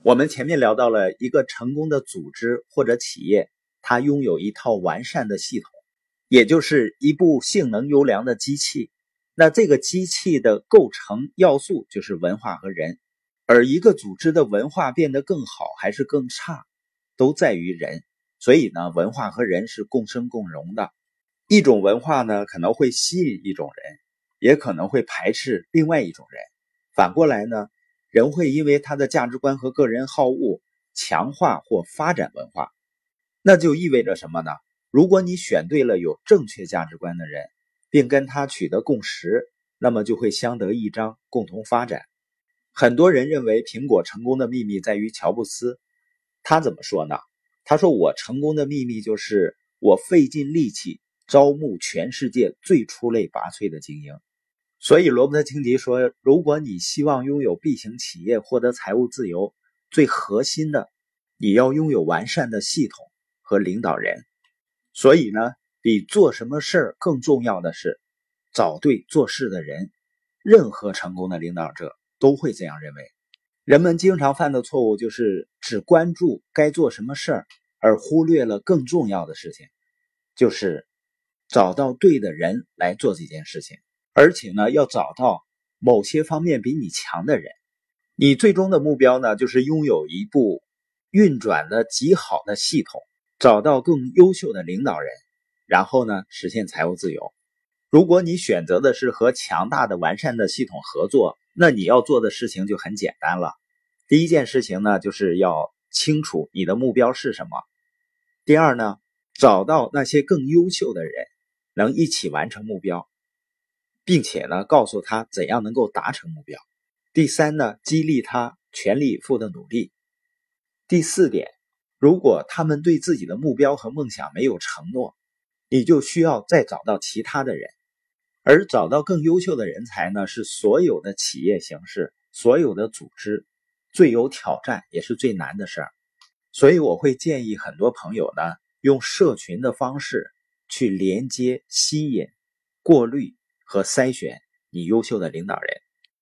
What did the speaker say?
我们前面聊到了一个成功的组织或者企业，它拥有一套完善的系统，也就是一部性能优良的机器。那这个机器的构成要素就是文化和人，而一个组织的文化变得更好还是更差，都在于人。所以呢，文化和人是共生共荣的。一种文化呢，可能会吸引一种人，也可能会排斥另外一种人。反过来呢，人会因为他的价值观和个人好恶强化或发展文化。那就意味着什么呢？如果你选对了有正确价值观的人，并跟他取得共识，那么就会相得益彰，共同发展。很多人认为苹果成功的秘密在于乔布斯，他怎么说呢？他说，我成功的秘密就是我费尽力气招募全世界最出类拔萃的精英。所以罗伯特清崎说，如果你希望拥有 B 型企业，获得财务自由，最核心的，你要拥有完善的系统和领导人。所以呢，比做什么事儿更重要的是找对做事的人。任何成功的领导者都会这样认为。人们经常犯的错误就是只关注该做什么事儿，而忽略了更重要的事情，就是找到对的人来做这件事情。而且呢，要找到某些方面比你强的人。你最终的目标呢，就是拥有一部运转的极好的系统，找到更优秀的领导人，然后呢，实现财务自由。如果你选择的是和强大的完善的系统合作，那你要做的事情就很简单了。第一件事情呢，就是要清楚你的目标是什么。第二呢，找到那些更优秀的人，能一起完成目标，并且呢，告诉他怎样能够达成目标。第三呢，激励他全力以赴的努力。第四点，如果他们对自己的目标和梦想没有承诺，你就需要再找到其他的人。而找到更优秀的人才呢，是所有的企业形式、所有的组织最有挑战也是最难的事儿。所以我会建议很多朋友呢，用社群的方式去连接、吸引、过滤和筛选你优秀的领导人。